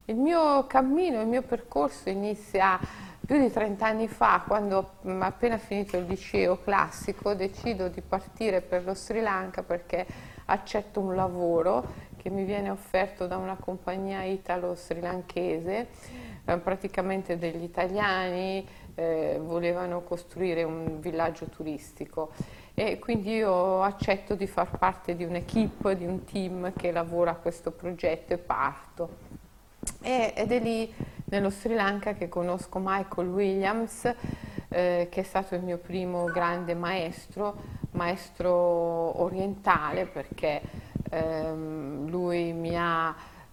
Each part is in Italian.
Il mio cammino, il mio percorso inizia più di 30 anni fa, quando appena finito il liceo classico decido di partire per lo Sri Lanka perché accetto un lavoro che mi viene offerto da una compagnia italo-srilankese, praticamente degli italiani volevano costruire un villaggio turistico e quindi io accetto di far parte di un'equipe, di un team che lavora a questo progetto e parto. Ed è lì nello Sri Lanka che conosco Michael Williams, che è stato il mio primo grande maestro orientale, perché lui mi ha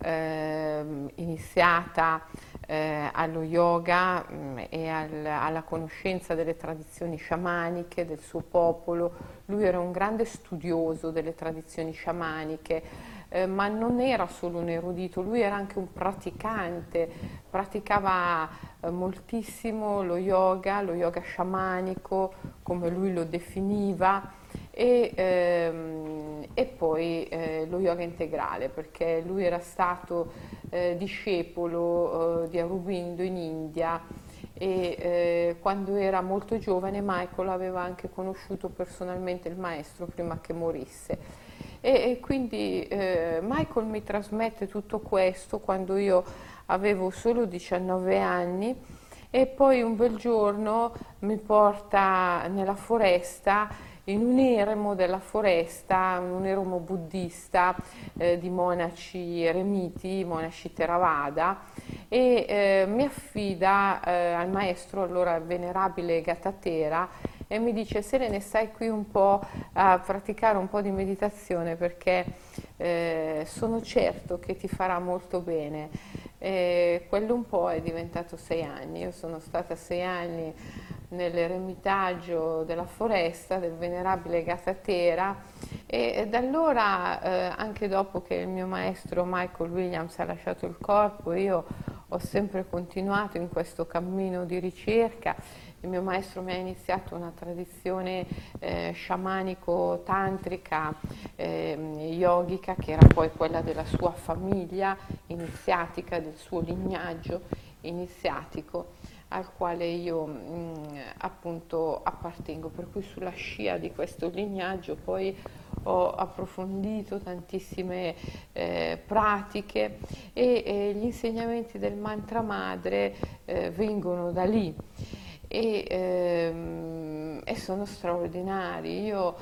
iniziata allo yoga e alla conoscenza delle tradizioni sciamaniche del suo popolo. Lui era un grande studioso delle tradizioni sciamaniche, ma non era solo un erudito, lui era anche un praticante, praticava moltissimo lo yoga sciamanico, come lui lo definiva, e poi lo yoga integrale, perché lui era stato discepolo di Aurobindo in India e quando era molto giovane Michael aveva anche conosciuto personalmente il maestro prima che morisse. E quindi Michael mi trasmette tutto questo quando io avevo solo 19 anni e poi un bel giorno mi porta nella foresta, in un eremo della foresta, un eremo buddista di monaci eremiti, monaci Theravada, e mi affida al maestro, allora venerabile Gatatera, e mi dice: Selene, stai qui un po' a praticare un po' di meditazione perché sono certo che ti farà molto bene. Quello un po' è diventato 6 anni. Io sono stata 6 anni nell'eremitaggio della foresta del venerabile Gatatera e da allora, anche dopo che il mio maestro Michael Williams ha lasciato il corpo, io ho sempre continuato in questo cammino di ricerca. Il mio maestro mi ha iniziato una tradizione sciamanico-tantrica, yogica, che era poi quella della sua famiglia iniziatica, del suo lignaggio iniziatico, al quale io appunto appartengo, per cui sulla scia di questo lignaggio poi ho approfondito tantissime pratiche e gli insegnamenti del mantra madre vengono da lì. E sono straordinari. Io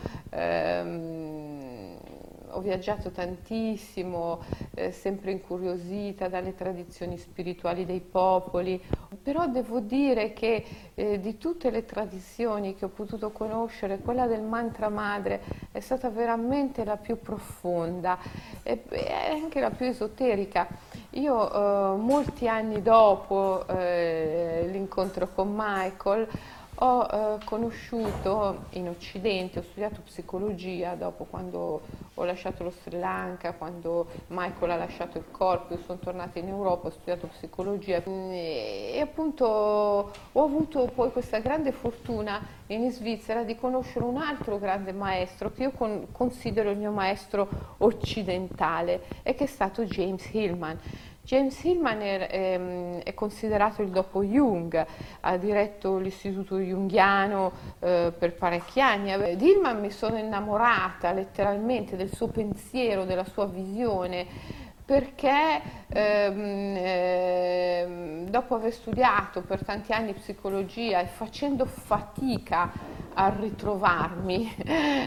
ho viaggiato tantissimo, sempre incuriosita dalle tradizioni spirituali dei popoli, però devo dire che di tutte le tradizioni che ho potuto conoscere, quella del mantra madre è stata veramente la più profonda e anche la più esoterica. Io molti anni dopo l'incontro con Michael ho conosciuto in Occidente, ho studiato psicologia dopo, quando ho lasciato lo Sri Lanka, quando Michael ha lasciato il corpo, io sono tornata in Europa, ho studiato psicologia e appunto ho avuto poi questa grande fortuna in Svizzera di conoscere un altro grande maestro che io considero il mio maestro occidentale e che è stato James Hillman. James Hillman è considerato il dopo Jung, ha diretto l'istituto junghiano per parecchi anni. Di Hillman mi sono innamorata letteralmente del suo pensiero, della sua visione, perché dopo aver studiato per tanti anni psicologia e facendo fatica a ritrovarmi,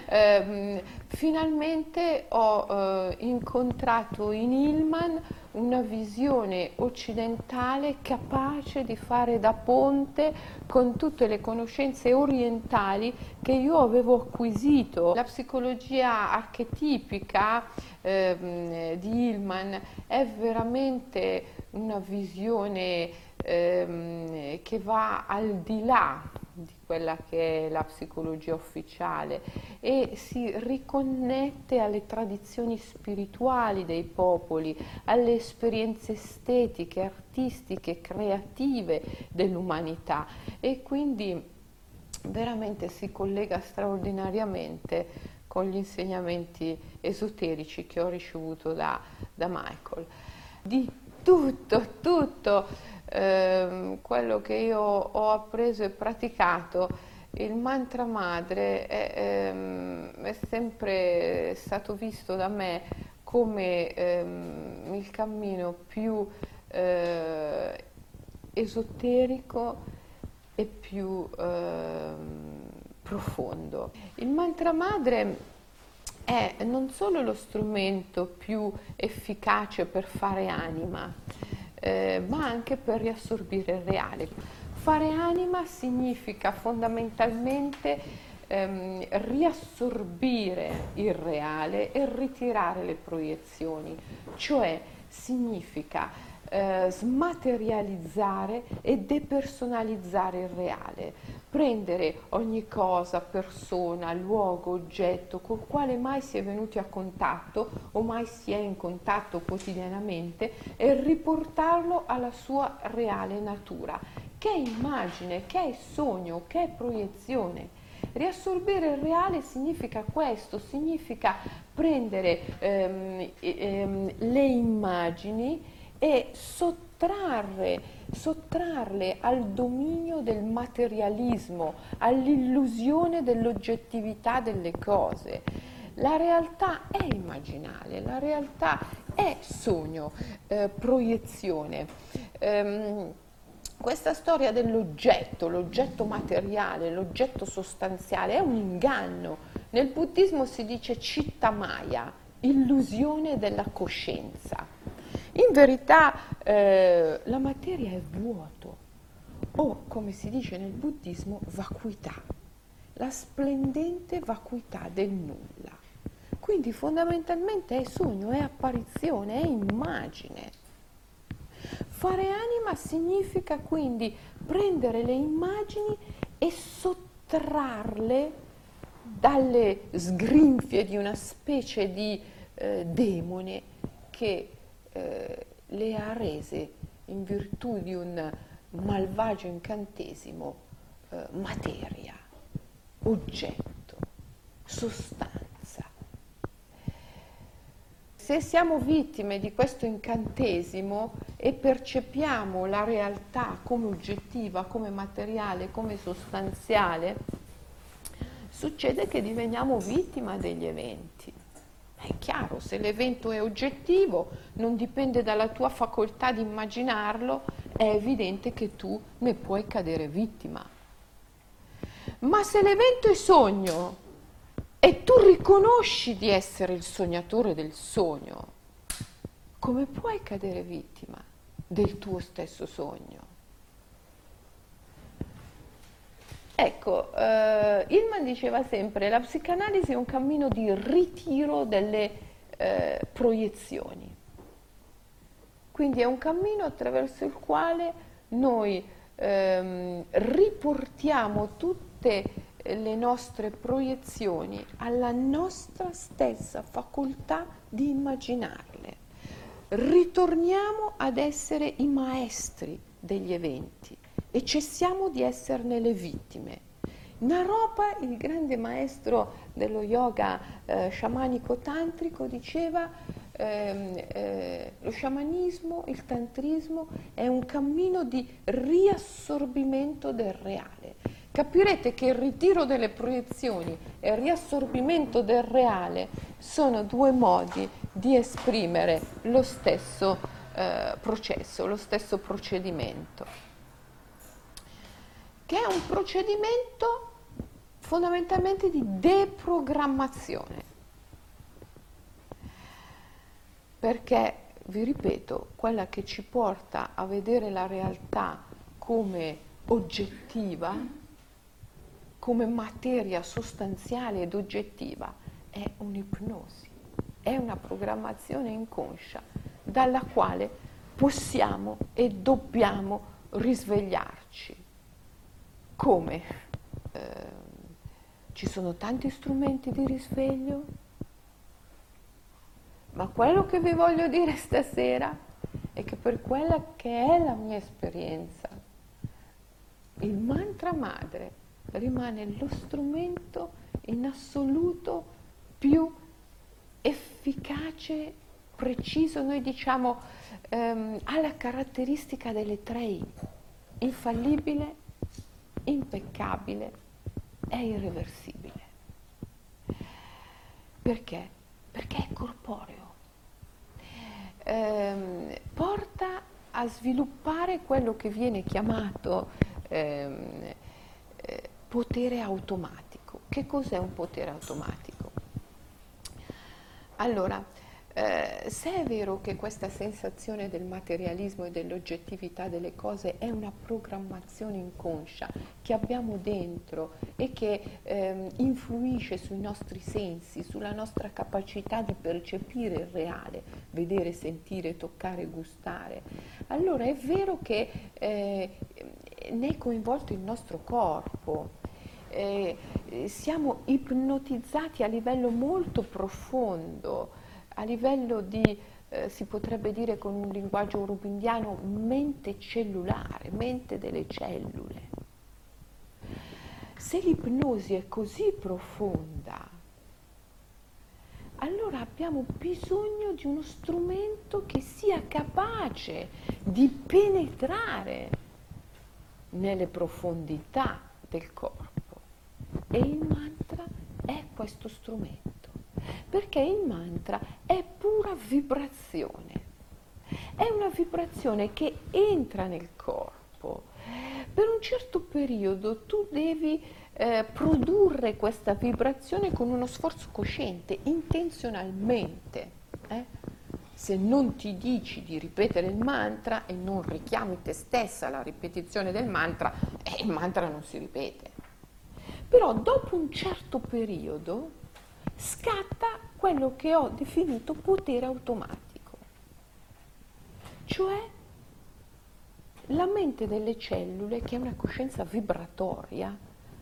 finalmente ho incontrato in Hillman una visione occidentale capace di fare da ponte con tutte le conoscenze orientali che io avevo acquisito. La psicologia archetipica di Hillman è veramente una visione che va al di là di quella che è la psicologia ufficiale e si riconnette alle tradizioni spirituali dei popoli, alle esperienze estetiche, artistiche, creative dell'umanità e quindi veramente si collega straordinariamente con gli insegnamenti esoterici che ho ricevuto da Michael. Di tutto quello che io ho appreso e praticato, il mantra madre è sempre stato visto da me come il cammino più esoterico e più profondo. Il mantra madre è non solo lo strumento più efficace per fare anima, ma anche per riassorbire il reale. Fare anima significa fondamentalmente riassorbire il reale e ritirare le proiezioni, cioè significa smaterializzare e depersonalizzare il reale, prendere ogni cosa, persona, luogo, oggetto col quale mai si è venuti a contatto o mai si è in contatto quotidianamente e riportarlo alla sua reale natura, che è immagine, che è sogno, che è proiezione. Riassorbire il reale significa questo, significa prendere le immagini e sottrarle al dominio del materialismo, all'illusione dell'oggettività delle cose. La realtà è immaginale, la realtà è sogno, proiezione. Questa storia dell'oggetto, l'oggetto materiale, l'oggetto sostanziale è un inganno. Nel buddismo si dice citta maya, illusione della coscienza. In verità la materia è vuoto, o come si dice nel buddismo, vacuità, la splendente vacuità del nulla. Quindi fondamentalmente è sogno, è apparizione, è immagine. Fare anima significa quindi prendere le immagini e sottrarle dalle sgrinfie di una specie di demone che le ha rese, in virtù di un malvagio incantesimo, materia, oggetto, sostanza. Se siamo vittime di questo incantesimo e percepiamo la realtà come oggettiva, come materiale, come sostanziale, succede che diveniamo vittima degli eventi. È chiaro, se l'evento è oggettivo, non dipende dalla tua facoltà di immaginarlo, è evidente che tu ne puoi cadere vittima. Ma se l'evento è sogno e tu riconosci di essere il sognatore del sogno, come puoi cadere vittima del tuo stesso sogno? Ecco, Hillman diceva sempre: la psicanalisi è un cammino di ritiro delle proiezioni. Quindi è un cammino attraverso il quale noi riportiamo tutte le nostre proiezioni alla nostra stessa facoltà di immaginarle. Ritorniamo ad essere i maestri degli eventi e cessiamo di esserne le vittime. Naropa, il grande maestro dello yoga sciamanico tantrico, diceva lo sciamanismo, il tantrismo è un cammino di riassorbimento del reale. Capirete che il ritiro delle proiezioni e il riassorbimento del reale sono due modi di esprimere lo stesso processo, lo stesso procedimento, che è un procedimento fondamentalmente di deprogrammazione. Perché, vi ripeto, quella che ci porta a vedere la realtà come oggettiva, come materia sostanziale ed oggettiva, è un'ipnosi, è una programmazione inconscia dalla quale possiamo e dobbiamo risvegliarci. Come? Ci sono tanti strumenti di risveglio, ma quello che vi voglio dire stasera è che per quella che è la mia esperienza, il mantra madre rimane lo strumento in assoluto più efficace preciso, noi diciamo, ha la caratteristica delle 3I: infallibile, impeccabile e irreversibile. Perché? Perché è corporeo. Porta a sviluppare quello che viene chiamato potere automatico. Che cos'è un potere automatico? Allora, se è vero che questa sensazione del materialismo e dell'oggettività delle cose è una programmazione inconscia che abbiamo dentro e che influisce sui nostri sensi, sulla nostra capacità di percepire il reale, vedere, sentire, toccare, gustare, allora è vero che ne è coinvolto il nostro corpo. Siamo ipnotizzati a livello molto profondo, a livello di, si potrebbe dire con un linguaggio urubindiano, mente cellulare, mente delle cellule. Se l'ipnosi è così profonda, allora abbiamo bisogno di uno strumento che sia capace di penetrare nelle profondità del corpo. E il mantra è questo strumento, perché il mantra è pura vibrazione, è una vibrazione che entra nel corpo. Per un certo periodo tu devi produrre questa vibrazione con uno sforzo cosciente, intenzionalmente. Se non ti dici di ripetere il mantra e non richiami te stessa alla ripetizione del mantra, il mantra non si ripete. Però dopo un certo periodo scatta quello che ho definito potere automatico, cioè la mente delle cellule, che è una coscienza vibratoria,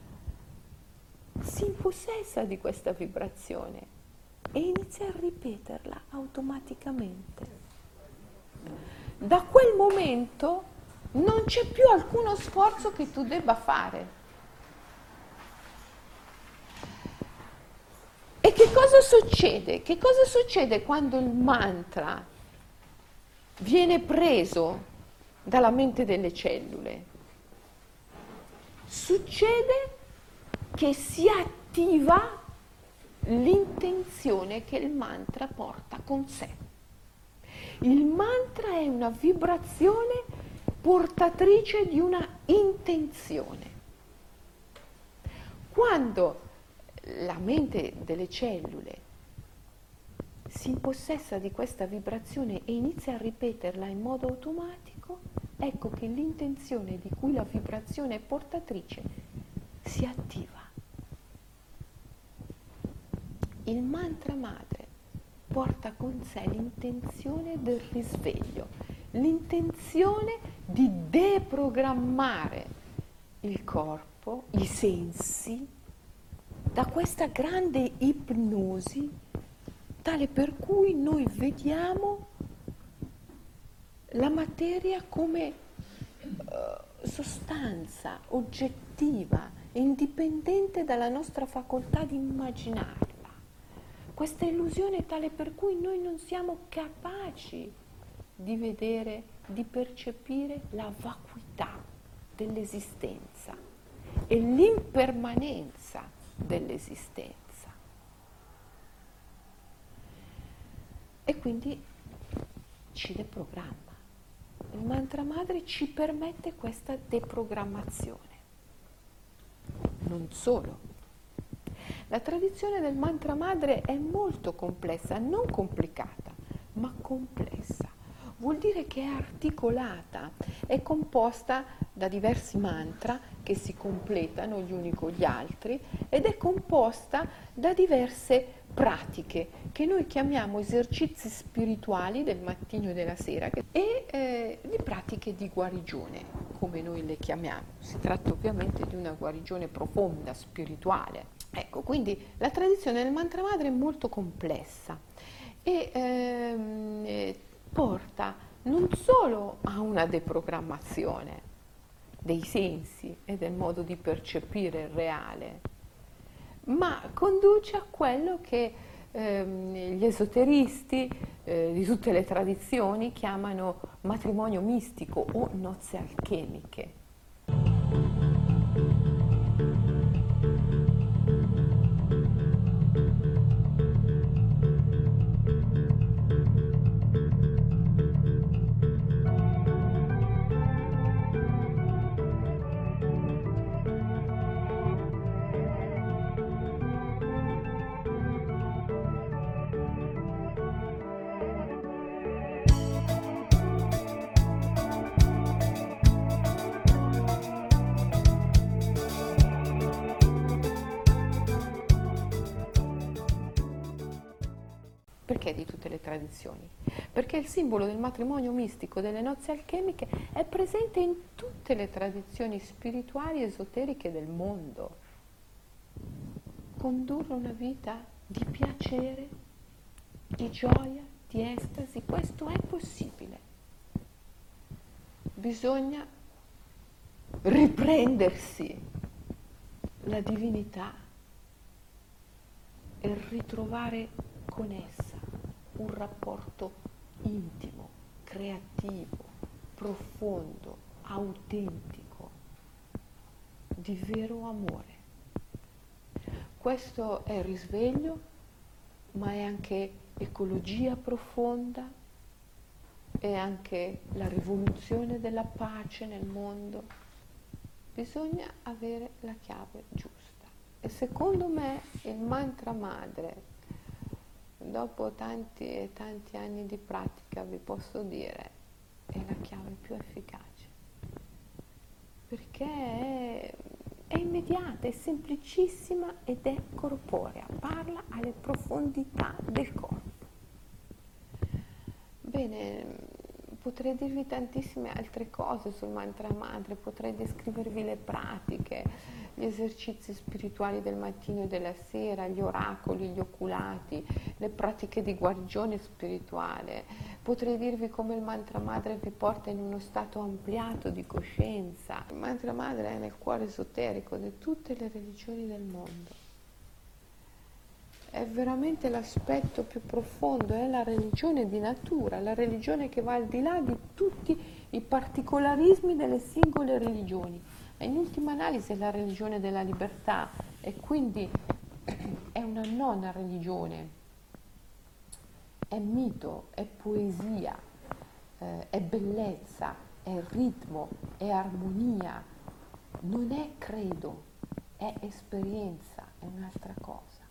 si impossessa di questa vibrazione e inizia a ripeterla automaticamente. Da quel momento non c'è più alcuno sforzo che tu debba fare. E che cosa succede? Che cosa succede quando il mantra viene preso dalla mente delle cellule? Succede che si attiva l'intenzione che il mantra porta con sé. Il mantra è una vibrazione portatrice di una intenzione. Quando la mente delle cellule si impossessa di questa vibrazione e inizia a ripeterla in modo automatico, ecco che l'intenzione di cui la vibrazione è portatrice si attiva. Il mantra madre porta con sé l'intenzione del risveglio, l'intenzione di deprogrammare il corpo, i sensi, da questa grande ipnosi, tale per cui noi vediamo la materia come sostanza oggettiva, indipendente dalla nostra facoltà di immaginarla. Questa illusione è tale per cui noi non siamo capaci di vedere, di percepire la vacuità dell'esistenza e l'impermanenza dell'esistenza. E quindi ci deprogramma. Il mantra madre ci permette questa deprogrammazione. Non solo. La tradizione del mantra madre è molto complessa, non complicata, ma complessa. Vuol dire che è articolata, è composta da diversi mantra che si completano gli uni con gli altri ed è composta da diverse pratiche che noi chiamiamo esercizi spirituali del mattino e della sera e le pratiche di guarigione, come noi le chiamiamo. Si tratta ovviamente di una guarigione profonda, spirituale. Ecco, quindi la tradizione del mantra madre è molto complessa e porta non solo a una deprogrammazione dei sensi e del modo di percepire il reale, ma conduce a quello che gli esoteristi di tutte le tradizioni chiamano matrimonio mistico o nozze alchemiche. Perché di tutte le tradizioni? Perché il simbolo del matrimonio mistico, delle nozze alchemiche, è presente in tutte le tradizioni spirituali e esoteriche del mondo. Condurre una vita di piacere, di gioia, di estasi, questo è possibile. Bisogna riprendersi la divinità e ritrovare con essa un rapporto intimo, creativo, profondo, autentico, di vero amore. Questo è risveglio, ma è anche ecologia profonda, è anche la rivoluzione della pace nel mondo. Bisogna avere la chiave giusta. E secondo me il mantra madre, dopo tanti e tanti anni di pratica, vi posso dire, è la chiave più efficace, perché è immediata, è semplicissima ed è corporea, parla alle profondità del corpo. Bene, potrei dirvi tantissime altre cose sul mantra madre, potrei descrivervi le pratiche, gli esercizi spirituali del mattino e della sera, gli oracoli, gli oculati, le pratiche di guarigione spirituale. Potrei dirvi come il mantra madre vi porta in uno stato ampliato di coscienza. Il mantra madre è nel cuore esoterico di tutte le religioni del mondo. È veramente l'aspetto più profondo, è la religione di natura, la religione che va al di là di tutti i particolarismi delle singole religioni. E in ultima analisi è la religione della libertà e quindi è una nona religione, è mito, è poesia, è bellezza, è ritmo, è armonia, non è credo, è esperienza, è un'altra cosa.